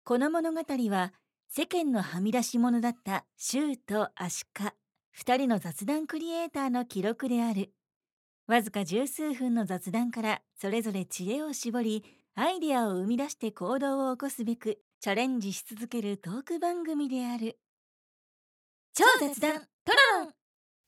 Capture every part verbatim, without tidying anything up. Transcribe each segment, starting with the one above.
この物語は世間のはみ出し者だったシューとアシカ二人の雑談クリエイターの記録である。わずか十数分の雑談からそれぞれ知恵を絞り、アイデアを生み出して行動を起こすべくチャレンジし続けるトーク番組である。超雑談トロロン。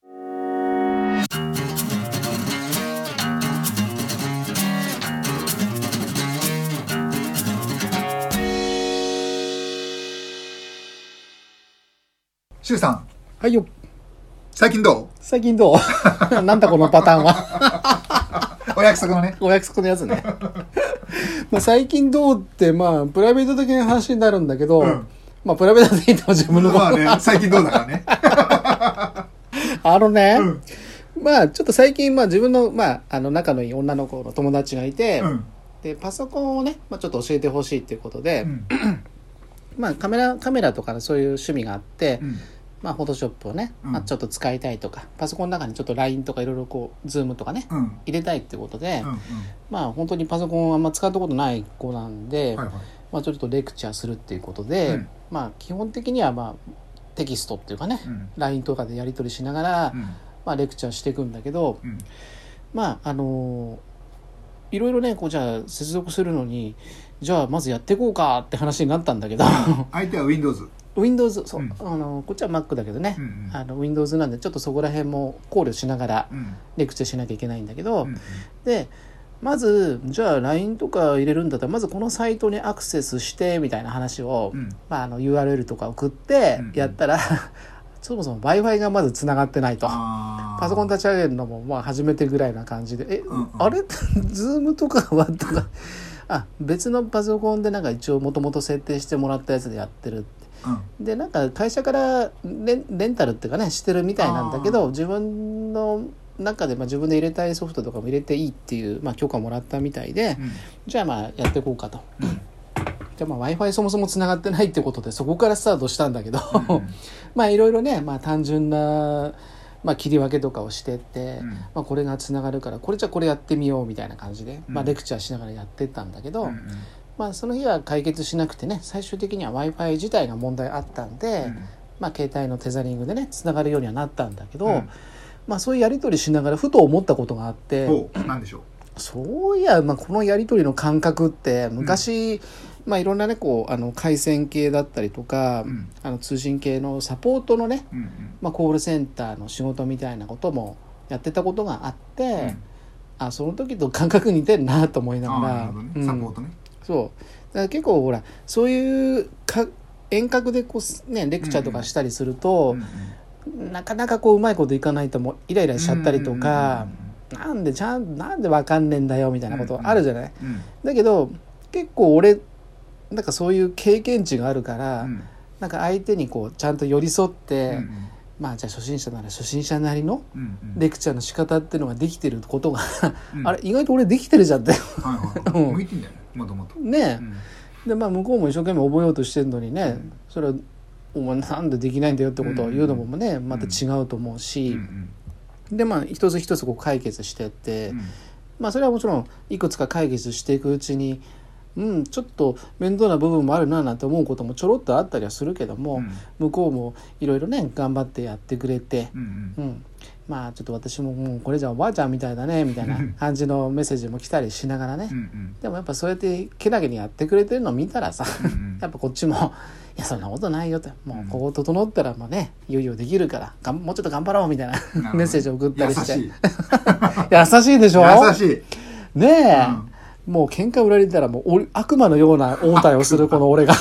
シュウさん、 はいよ。 最近どう？ 最近どうなんだこのパターンは。 お約束のね。 お約束のやつね。まあ最近どうって、まあ、プライベート的な話になるんだけど、うん、まあ、プライベート的に言っても自分のこと。 まあね、最近どうだからね。 あのね、 うん、 まあ、ちょっと最近、まあ自分の、まあ、あの、仲のいい女の子の友達がいて、うん、で、パソコンをね、まあちょっと教えてほしいっていうことで、うん、まあカメラ、カメラとかのそういう趣味があって、うん、まあ、フォトショップをね、うん、まあ、ちょっと使いたいとか、パソコンの中にちょっと ライン とかいろいろこう、ズームとかね、うん、入れたいってことで、うんうん、まあ、本当にパソコンあんま使ったことない子なんで、はいはい、まあ、ちょっとレクチャーするっていうことで、うん、まあ、基本的にはまあ、テキストっていうかね、うん、ライン とかでやり取りしながら、うん、まあ、レクチャーしていくんだけど、うん、まあ、あのー、いろいろね、こう、じゃあ、接続するのに、じゃあ、まずやっていこうかって話になったんだけど、 相手は Windows。 Windows、そう、うん、あのこっちは Mac だけどね、うんうん、あの Windows なんでちょっとそこら辺も考慮しながらレクチャーしなきゃいけないんだけど、うんうん、でまずじゃあ ライン とか入れるんだったらまずこのサイトにアクセスしてみたいな話を、うんまあ、あの ユーアールエル とか送ってやったら、うんうん、そもそも Wi-Fi がまずつながってないと、パソコン立ち上げるのもまあ初めてぐらいな感じでえ、うんうん、あれZoom とかはとかあ別のパソコンでなんか一応もともと設定してもらったやつでやってるうん、でなんか会社からレ ン, レンタルっていうかねしてるみたいなんだけど自分の中で、まあ、自分で入れたいソフトとかも入れていいっていう、まあ、許可もらったみたいで、うん、じゃあまあやっていこうかと、うん、じゃあまあ Wi-Fi そもそもつながってないってことでそこからスタートしたんだけど、うん、まあいろいろね、まあ、単純な、まあ、切り分けとかをしてって、うんまあ、これがつながるからこれじゃあこれやってみようみたいな感じで、まあ、レクチャーしながらやってったんだけど、うんうんまあ、その日は解決しなくてね最終的には Wi-Fi 自体が問題あったんで、うんまあ、携帯のテザリングでねつながるようにはなったんだけど、うんまあ、そういうやり取りしながらふと思ったことがあって何でしょうそういや、まあ、このやり取りの感覚って昔、うんまあ、いろんなねこうあの回線系だったりとか、うん、あの通信系のサポートのね、うんうんまあ、コールセンターの仕事みたいなこともやってたことがあって、うん、あその時と感覚似てるなと思いながら、 なるほどねうん、サポートねそうだから結構ほらそういうか遠隔でこう、ね、レクチャーとかしたりすると、うんうん、なかなかこううまいこといかないともうイライラしちゃったりとか、うんうんうん、なんでちゃんなんでわかんねえんだよみたいなことあるじゃない、うんうん、だけど結構俺なんかそういう経験値があるから、うん、なんか相手にこうちゃんと寄り添って、うんうん、まあじゃあ初心者なら初心者なりのレクチャーの仕方っていうのができてることが、うん、あれ意外と俺できてるじゃんって、 はいはい、向いてんだよねもともとねえ、うん、でまあ向こうも一生懸命覚えようとしてるのにね、うん、それはお前なんでできないんだよってことを言うのもね、うん、また違うと思うし、うんうん、でまあ一つ一つこう解決してって、うん、まあそれはもちろんいくつか解決していくうちにうんちょっと面倒な部分もあるななんて思うこともちょろっとあったりはするけども、うん、向こうもいろいろね頑張ってやってくれて、うんうんうんまあちょっと私ももうこれじゃおばあちゃんみたいだねみたいな感じのメッセージも来たりしながらね、うんうん、でもやっぱそうやってけなげにやってくれてるのを見たらさ、うんうん、やっぱこっちもいやそんなことないよってもうここ整ったらまあねいよいよできるからがんもうちょっと頑張ろうみたいなメッセージを送ったりして優しい優しいでしょ優しいねえ、うん、もう喧嘩売られたらもう悪魔のような応対をするこの俺が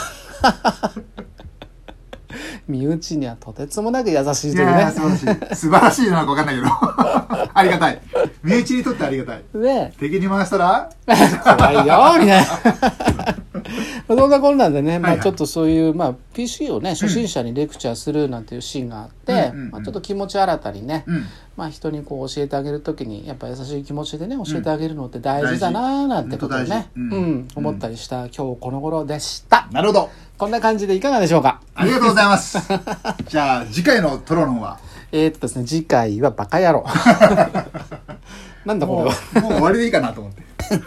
身内にはとてつもなく優しいというね。いや素晴らしい。素晴らしいのか分かんないけど。ありがたい。身内にとってありがたい。ね敵に回したら怖いよみたいな。そんなこんなんでね、はいはい、まあちょっとそういう、まあ ピーシー をね、初心者にレクチャーするなんていうシーンがあって、うんうんうん、まあ、ちょっと気持ち新たにね、うん、まあ人にこう教えてあげるときに、やっぱ優しい気持ちでね、教えてあげるのって大事だなーなんてことをね、うんうん、思ったりした今日この頃でした。 なるほど。 こんな感じでいかがでしょうか。 ありがとうございます。じゃあ次回のトロロンはえーっとですね、次回はバカ野郎。なんだこれは。 もう、もう終わりでいいかなと思って。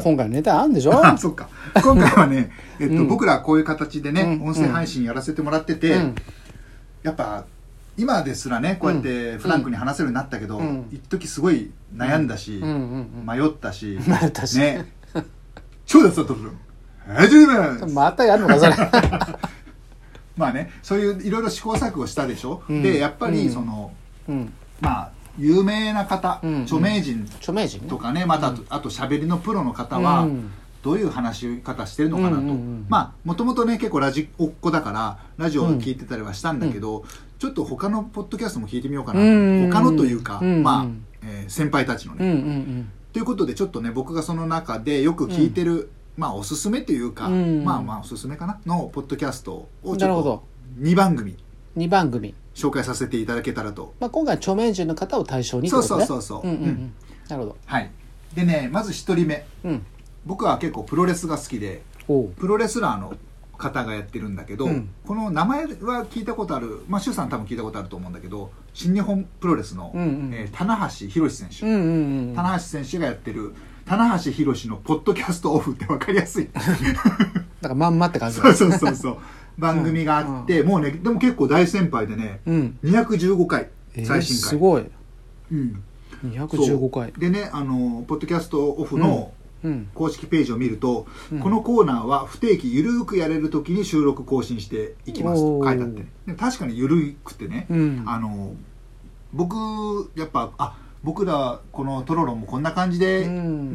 今回のネタあるんでしょあ、そっか。今回はね、えっと、 うん、 僕らこういう形でね、 うん、 音声配信やらせてもらってて、うん、やっぱ今ですらねこうやってフランクに話せるようになったけど、うん、一時すごい悩んだし、うん、迷ったし、 迷ったしね。超絶だったの。始めます。 またやるのかそれ。 まあね、そういういろいろ試行錯誤したでしょ。うん、でやっぱりその、うん、まあ有名な方、うん、著名人とかね、うん、またあと喋りのプロの方は、うん、どういう話し方してるのかなと、うんうんうん、まあもともとね結構ラジオっ子だからラジオを聞いてたりはしたんだけど、うん、ちょっと他のポッドキャストも聞いてみようかなと、うんうん、他のというか、うんうん、まあ、えー、先輩たちのね、うんうんうん、ということでちょっとね僕がその中でよく聞いてる、うん、まあおすすめというか、うん、まあまあおすすめかなのポッドキャストをちょっとにばんぐみにばんぐみ紹介させていただけたらと、 まあ、今回著名人の方を対象にってことね。そうそうそうそう、うんうんうん、 なるほど。 はいでねまずひとりめ、うん、僕は結構プロレスが好きでプロレスラーの方がやってるんだけど、うん、この名前は聞いたことある、まあ、周さん多分聞いたことあると思うんだけど新日本プロレスの、うんうんえー、棚橋宏選手、うんうんうん、棚橋選手がやってる棚橋宏のポッドキャストオフって分かりやすいだからまんまって感じそうそうそうそう番組があって、うんうん、もうねでも結構大先輩でね、うん、にひゃくじゅうごかい最新回、えー、 すごい、 うん、 にひゃくじゅうごかいでねあのポッドキャストオフの公式ページを見ると、うん、このコーナーは不定期ゆるくやれる時に収録更新していきますと書いてあって、ね、で確かにゆるくてね、うん、あの僕やっぱあ僕らこのトロロもこんな感じで、うん、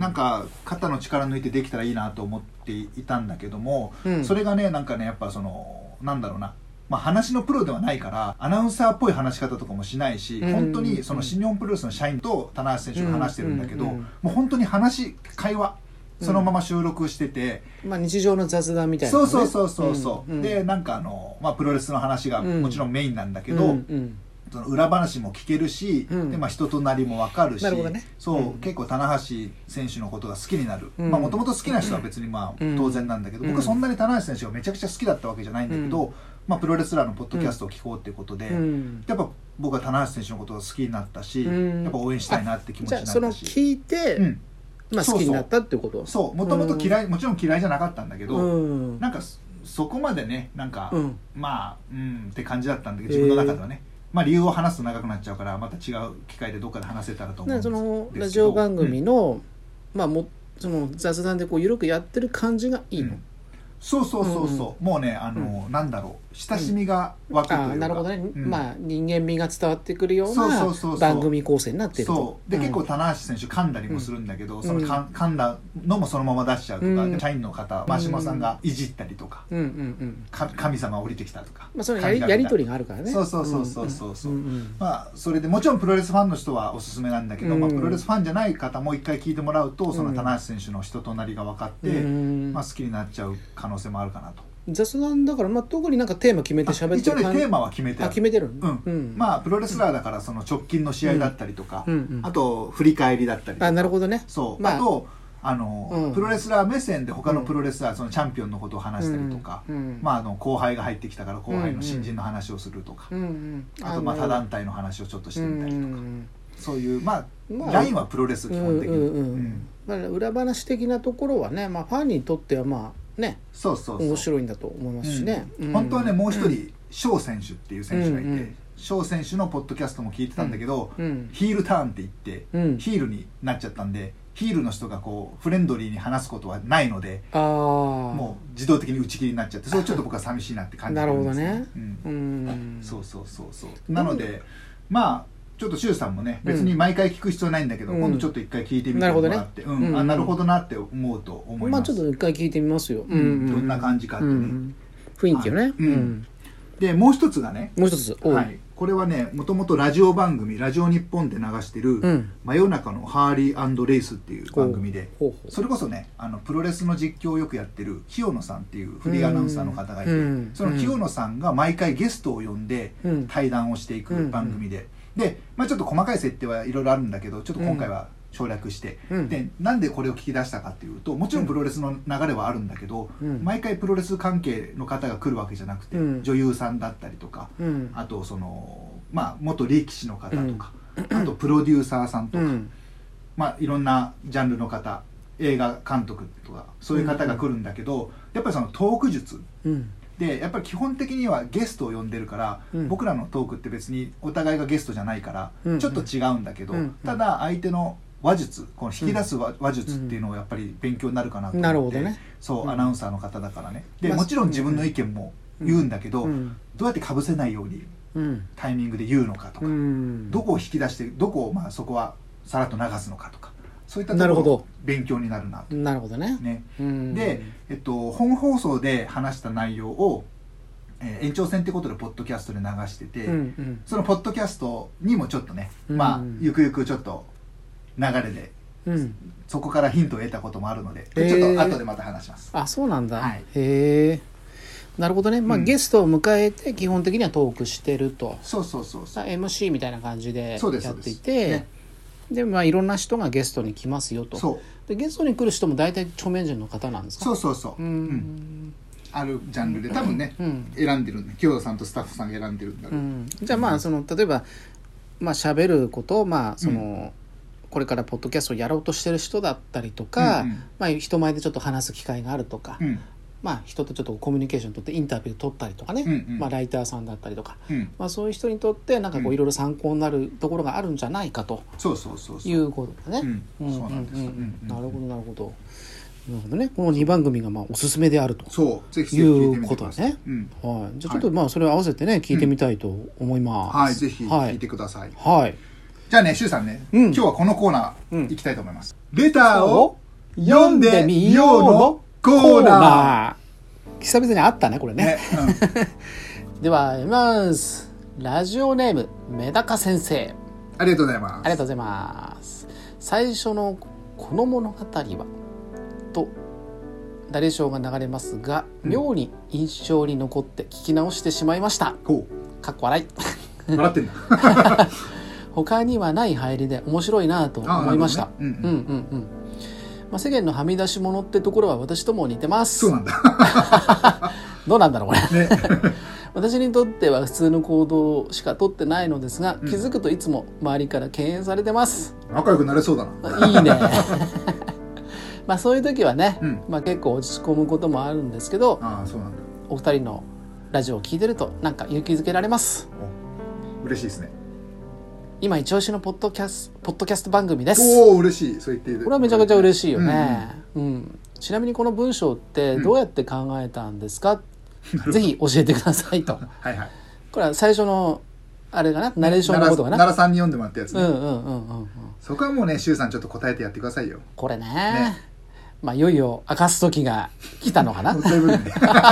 なんか肩の力抜いてできたらいいなと思っていたんだけども、うん、それがねなんかねやっぱそのなんだろうな、まあ、話のプロではないからアナウンサーっぽい話し方とかもしないし、うん、本当にその新日本プロレスの社員と棚橋選手が話してるんだけど、うん、もう本当に話会話そのまま収録してて、 うんまあ、日常の雑談みたいな、ね、そうそうそうそうそう、うん、でなんかあの、まあ、プロレスの話がもちろんメインなんだけど、うんうんその裏話も聞けるし、うん、でまあ、人となりも分かるし、ね、そう、うん、結構棚橋選手のことが好きになるもともと好きな人は別にまあ、うん、当然なんだけど、うん、僕はそんなに棚橋選手がめちゃくちゃ好きだったわけじゃないんだけど、うんまあ、プロレスラーのポッドキャストを聞こうっていうことで、うん、やっぱ僕は棚橋選手のことが好きになったし、うん、やっぱ応援したいなって気持ちになったし、 じゃあその聞いて、うんまあ、好きになったっていうことそうもともと嫌いもちろん嫌いじゃなかったんだけど、うん、なんかそこまでねなんか、うん、まあうんって感じだったんだけど自分の中ではね、えーまあ、理由を話すと長くなっちゃうからまた違う機会でどっかで話せたらと思うんですけど、 そのラジオ番組の、うんまあ、もその雑談でこう緩くやってる感じがいいの、うん、 そうそうそうそう、うん、もうねあの、うん、なんだろう親しみが湧くというか、うん、あなるほどね、うん、まあ人間味が伝わってくるような番組構成になってるとそうで、うん、結構棚橋選手噛んだりもするんだけど、うん、そのか噛んだのもそのまま出しちゃうとか、うん、社員の方真島さんがいじったりとか、うんうんうん、か神様降りてきたとか、 まあ、そのやり、やり取りがあるからねそうそうそうそうそうそう、うんうん、まあそれでもちろんプロレスファンの人はおすすめなんだけど、うんまあ、プロレスファンじゃない方も一回聞いてもらうとその棚橋選手の人となりが分かって、うんまあ、好きになっちゃう可能性もあるかなと。 雑談だから、まあ、特になんかテーマ決めて喋ってる一応ねテーマは決めてあるあ決めてる、 うんうん、まあプロレスラーだからその直近の試合だったりとか、うんうん、あと振り返りだったりとかあなるほどねそう、まあ、あとあの、うん、プロレスラー目線で他のプロレスラー、うん、そのチャンピオンのことを話したりとか、うんまあ、あの後輩が入ってきたから後輩の新人の話をするとか、うんうん、あとまあ他団体の話をちょっとしてみたりとか、うん、そういうまあ、まあ、ラインはプロレス基本的に、うんうんうんまあ、裏話的なところはね、まあ、ファンにとってはまあね、 そうそうそう面白いんだと思いますしね、 うん、本当はねもう一人翔選手っていう選手がいて翔、うん、選手のポッドキャストも聞いてたんだけど、うん、ヒールターンって言って、うん、ヒールになっちゃったんでヒールの人がこうフレンドリーに話すことはないのであもう自動的に打ち切りになっちゃってそれちょっと僕は寂しいなって感じてるんですね。なるほどね、うん、うんそうそうそうそうなのでまあちょっと周さんもね別に毎回聞く必要ないんだけど、うん、今度ちょっと一回聞いてみてもらって、うんうん、あなるほどなって思うと思います。 まあちょっと一回聞いてみますよ、 うんうん、どんな感じかってね、うん、 雰囲気をね、うん、 でもう一つがねもう一つ、 はい、これはねもともとラジオ番組ラジオ日本で流してる、うん、真夜中のハーリー&レイスっていう番組でそれこそねあのプロレスの実況をよくやってる清野さんっていうフリーアナウンサーの方がいて、うん、その清野さんが毎回ゲストを呼んで対談をしていく番組で、うんで、まあ、ちょっと細かい設定はいろいろあるんだけどちょっと今回は省略して、うん、でなんでこれを聞き出したかっていうともちろんプロレスの流れはあるんだけど、うん、毎回プロレス関係の方が来るわけじゃなくて、うん、女優さんだったりとか、うん、あとその、まあ、元力士の方とか、うん、あとプロデューサーさんとか、うん、まあ、いろんなジャンルの方映画監督とかそういう方が来るんだけど、うん、やっぱりそのトーク術、うん、でやっぱり基本的にはゲストを呼んでるから、うん、僕らのトークって別にお互いがゲストじゃないから、うん、ちょっと違うんだけど、うん、ただ相手の話術、この引き出す話術っていうのをやっぱり勉強になるかなと思って、 なるほどね、 そう、アナウンサーの方だからね。でもちろん自分の意見も言うんだけど、どうやってかぶせないようにタイミングで言うのかとか、どこを引き出してどこをまあそこはさらっと流すのかとか、そういったところ勉強になるなと。 なるほどね。 ね、で、えっと、本放送で話した内容をえー、延長戦ってことでポッドキャストで流してて、うんうん、そのポッドキャストにもちょっとね、うん、まあゆくゆくちょっと流れで、うん、そこからヒントを得たこともあるので、ちょっと後でまた話します。 あ、そうなんだ、はい、へえ、なるほどね、まあうん、ゲストを迎えて基本的にはトークしてると、 そうそうそうそう、 エムシー みたいな感じでやっていて、ね、でまあいろんな人がゲストに来ますよと。そうでゲストに来る人も大体著名人の方なんですか？ そうそうそう、うん、うんあるジャンルで多分ね、うん、選んでるんで、清田さんとスタッフさんが選んでるんだろう、うん、 じゃあまあその例えばまあ喋ることをまあその、うん、これからポッドキャストをやろうとしてる人だったりとか、うんうん、まあ人前でちょっと話す機会があるとか、うん、まあ人とちょっとコミュニケーション取ってインタビュー取ったりとかね、うんうん、まあライターさんだったりとか、うん、まあそういう人にとってなんかこういろいろ参考になるところがあるんじゃないかと、 そうそうそうそういうことだね。そうなんです。なるほどなるほど。なるほどね、このにばん組がまあおすすめであるとそうぜひいうことですね、うんはい、じゃあちょっとまあそれを合わせてね聞いてみたいと思います、 うん、はいぜひ聞いてください、 はいはい、 じゃあねシュウさんね、うん、今日はこのコーナー行きたいと思います、うん、レターを読んでみようのコーナー。久々にあったねこれね、ね、うん、では読みます。ラジオネームメダカ先生、 ありがとうございます。 ありがとうございます。最初のこの物語はとナレーションが流れますが、うん、妙に印象に残って聞き直してしまいました。 ほうかっこ笑い笑ってんだ他にはない入りで面白いなと思いました。うんうんうんうんまあ、世間のはみ出し物ってところは私とも似てます。 そうなんだどうなんだろうこれ、ね、私にとっては普通の行動しか取ってないのですが、うん、気づくといつも周りから敬遠されてます。 仲良くなれそうだな。 いいねまあそういう時はね、うんまあ、結構落ち込むこともあるんですけど、 ああそうなんだ。 お二人のラジオを聞いてるとなんか勇気づけられます。 お嬉しいですね。 今一押しのポッドキャストポッドキャスト番組です。 おお嬉しい。そう言っている。 これはめちゃくちゃ嬉しいよね、うんうんうん、ちなみにこの文章ってどうやって考えたんですか、うん、ぜひ教えてくださいとはい、はい、 これは最初のあれかな、ナレーションのことかな、 奈良さんに読んでもらったやつね。 うんうんうんうん、うん、 そこはもうね、シュウさんちょっと答えてやってくださいよ。 これ ね, ねまあいよいよ明かす時が来たのかなそういう部分で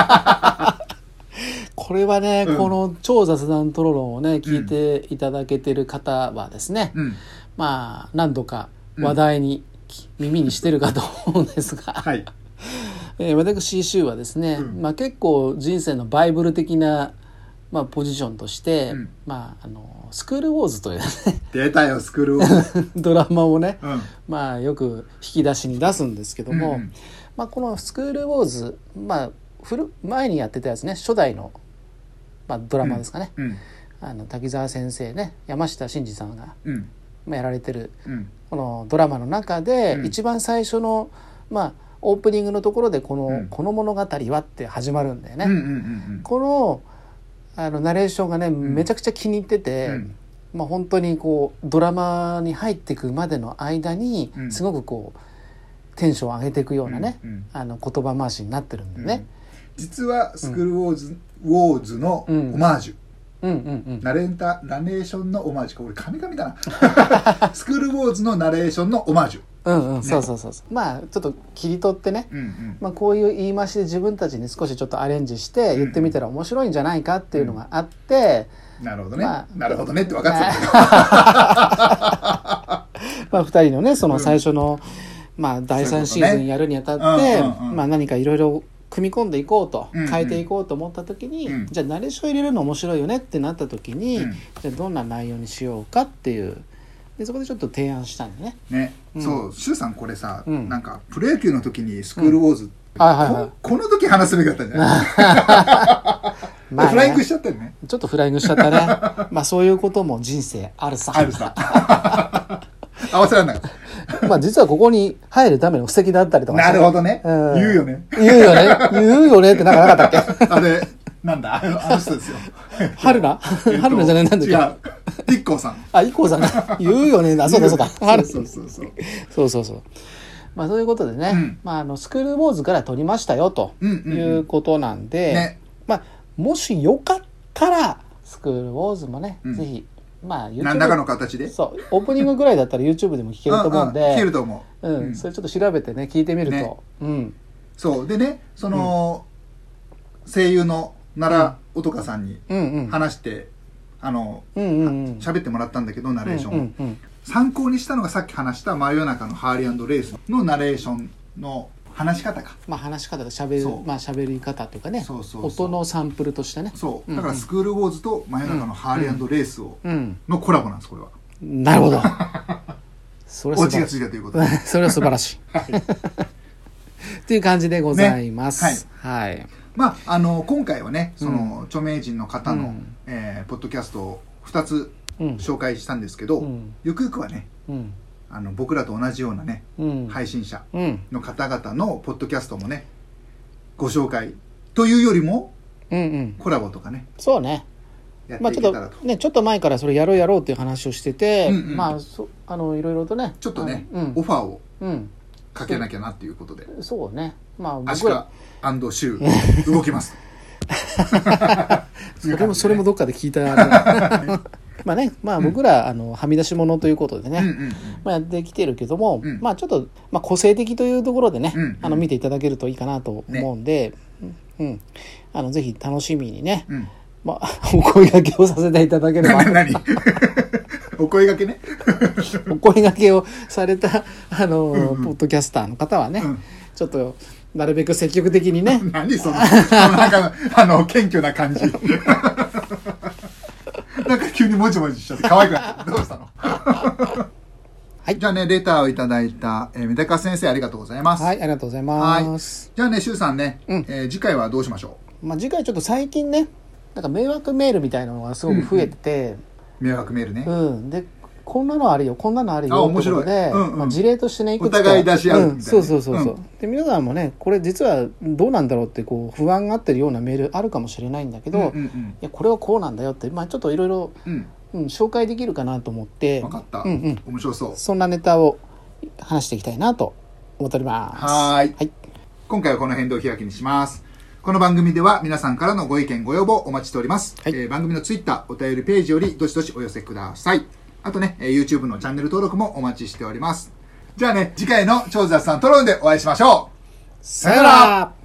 これはね、うん、この超雑談トロロンをね聞いていただけてる方はですね、うん、まあ何度か話題に、うん、耳にしてるかと思うんですが、はいえー、私シュウはですね、うんまあ、結構人生のバイブル的なまあ、ポジションとして、うんまあ、あのスクールウォーズという、ね、 出たよスクールウォーズドラマをね、うんまあ、よく引き出しに出すんですけども、うんまあ、このスクールウォーズ、まあ、古前にやってたやつね、初代の、まあ、ドラマですかね、うんうん、あの滝沢先生ね、山下真司さんが、うんまあ、やられてる、うん、このドラマの中で、うん、一番最初の、まあ、オープニングのところでこの、うん、この物語はって始まるんだよね、うんうんうんうん、このあのナレーションがね、うん、めちゃくちゃ気に入ってて、うんまあ、本当にこうドラマに入っていくまでの間に、うん、すごくこうテンションを上げていくようなね、うんうん、あの言葉回しになってるんでね、うん、 実はスクールウォーズ、うん、ウォーズのオマージュ、うんうんうんうん、ナレータナレーションのオマージュか、俺神々だなスクールウォーズのナレーションのオマージュ、 うんうん、ね、そうそうそうそう、まあちょっと切り取ってね、うんうんまあ、こういう言い回しで自分たちに少しちょっとアレンジして言ってみたら面白いんじゃないかっていうのがあって、 うん、なるほどね、まあ、なるほどねって分かってたけどまあふたりのねその最初の、うんまあ、だいさんシーズンやるにあたって、ねうんうんうんまあ、何かいろいろ組み込んでいこうと、うんうん、変えていこうと思った時に、うん、じゃあナレーション入れるの面白いよねってなった時に、うん、じゃあどんな内容にしようかっていうでそこでちょっと提案したんだね。 ね、うん、そう、シュウさんこれさ、うん、なんかプロ野球の時にスクールウォーズ、うんはいはいはい、 こ, この時話すべきだったんじゃないまあ、ね、フライングしちゃったよね。 ちょっとフライングしちゃったねまあそういうことも人生あるさ。 あるさ合わせられなかった。 まあ実はここに入るための布石だったりとか、 なるほどね、うん、言うよね言うよね言うよねってなんかなかったっけあれなんだあのあの人ですよ春菜、えっと、春菜じゃないなんだっけ、 違う IKKO さんあ IKKO さんが言うよねあそうだそうだそうそうそうそうそうそうそうまあそういうことでね、うん、まあ、あのスクールウォーズから撮りましたよということなんで、うんうんうんね、まあもしよかったらスクールウォーズもね、うん、ぜひまあ YouTube 何らかの形でそうオープニングぐらいだったら YouTube でも聞けると思うんで、うんうん、 聞けると思う、うんうん、それちょっと調べてね聞いてみると、ね、うん、 そうでねその、うん、声優の奈良音香さんに話して、うんうん、あの喋、うんうん、ってもらったんだけどナレーションを、うんうんうん、参考にしたのがさっき話した真夜中のハーリー&レースのナレーションの話し方か、 まあ、話し方で喋る、まあ、喋り方というかね、そうそうそう音のサンプルとしてね、 そうだからスクールウォーズと真夜中のハーリー&レースを、うん、のコラボなんですこれは。 なるほどそれはオチがついたということでそれは素晴らしい、はい、っていう感じでございます、ね、はい、はい、まああの今回はねその、うん、著名人の方の、うんえー、ポッドキャストをふたつ紹介したんですけど、うん、ゆくゆくはね、うんあの僕らと同じようなね、うん、配信者の方々のポッドキャストもねご紹介というよりも、うんうん、コラボとかねそうねやっていけたらと、まあ、ちょっとねちょっと前からそれやろうやろうっていう話をしてて、うんうん、まあそあのいろいろとねちょっとね、うん、オファーをかけなきゃなっていうことで、 うん、そうねまあアシカ&シュー動きますそれもそれもどっかで聞いたまあね、まあ僕ら、うん、あのはみ出し物ということでね、うんうんうんまあ、やってきてるけども、うん、まあちょっと、まあ、個性的というところでね、うんうん、あの見ていただけるといいかなと思うんで、ねうん、あのぜひ楽しみにね、うんまあ、お声掛けをさせていただければ何お声掛けねお声掛けをされたあの、うんうん、ポッドキャスターの方はね、うん、ちょっとなるべく積極的にね何そのなんかあの謙虚な感じなんか急にもじもじしちゃって可愛くなってどうしたのはい、じゃあねレターをいただいた、えー、メダカ先生ありがとうございます。 はいありがとうございます。 じゃあねシュウさんね、うんえー、次回はどうしましょう。まあ次回ちょっと最近ねなんか迷惑メールみたいなのがすごく増えてて、 うんうん、迷惑メールね。 うんでこんなのあるよこんなのあるよってことで、うんうんまあ、事例としてねいくつかお互い出し合うみたいな、うん、 そうそうそうそう、うん、で皆さんもねこれ実はどうなんだろうってこう不安があってるようなメールあるかもしれないんだけど、うんうんうん、いやこれはこうなんだよって、まあ、ちょっといろいろ紹介できるかなと思って分かった、うんうん、面白そうそんなネタを話していきたいなと思っております。 はい、はい、今回はこの辺でお開きにします。この番組では皆さんからのご意見ご要望お待ちしております、はいえー、番組のツイッターお便りページよりどしどしお寄せください。あとね、YouTube のチャンネル登録もお待ちしております。じゃあね、次回の超雑談トロンでお会いしましょう。 さよなら。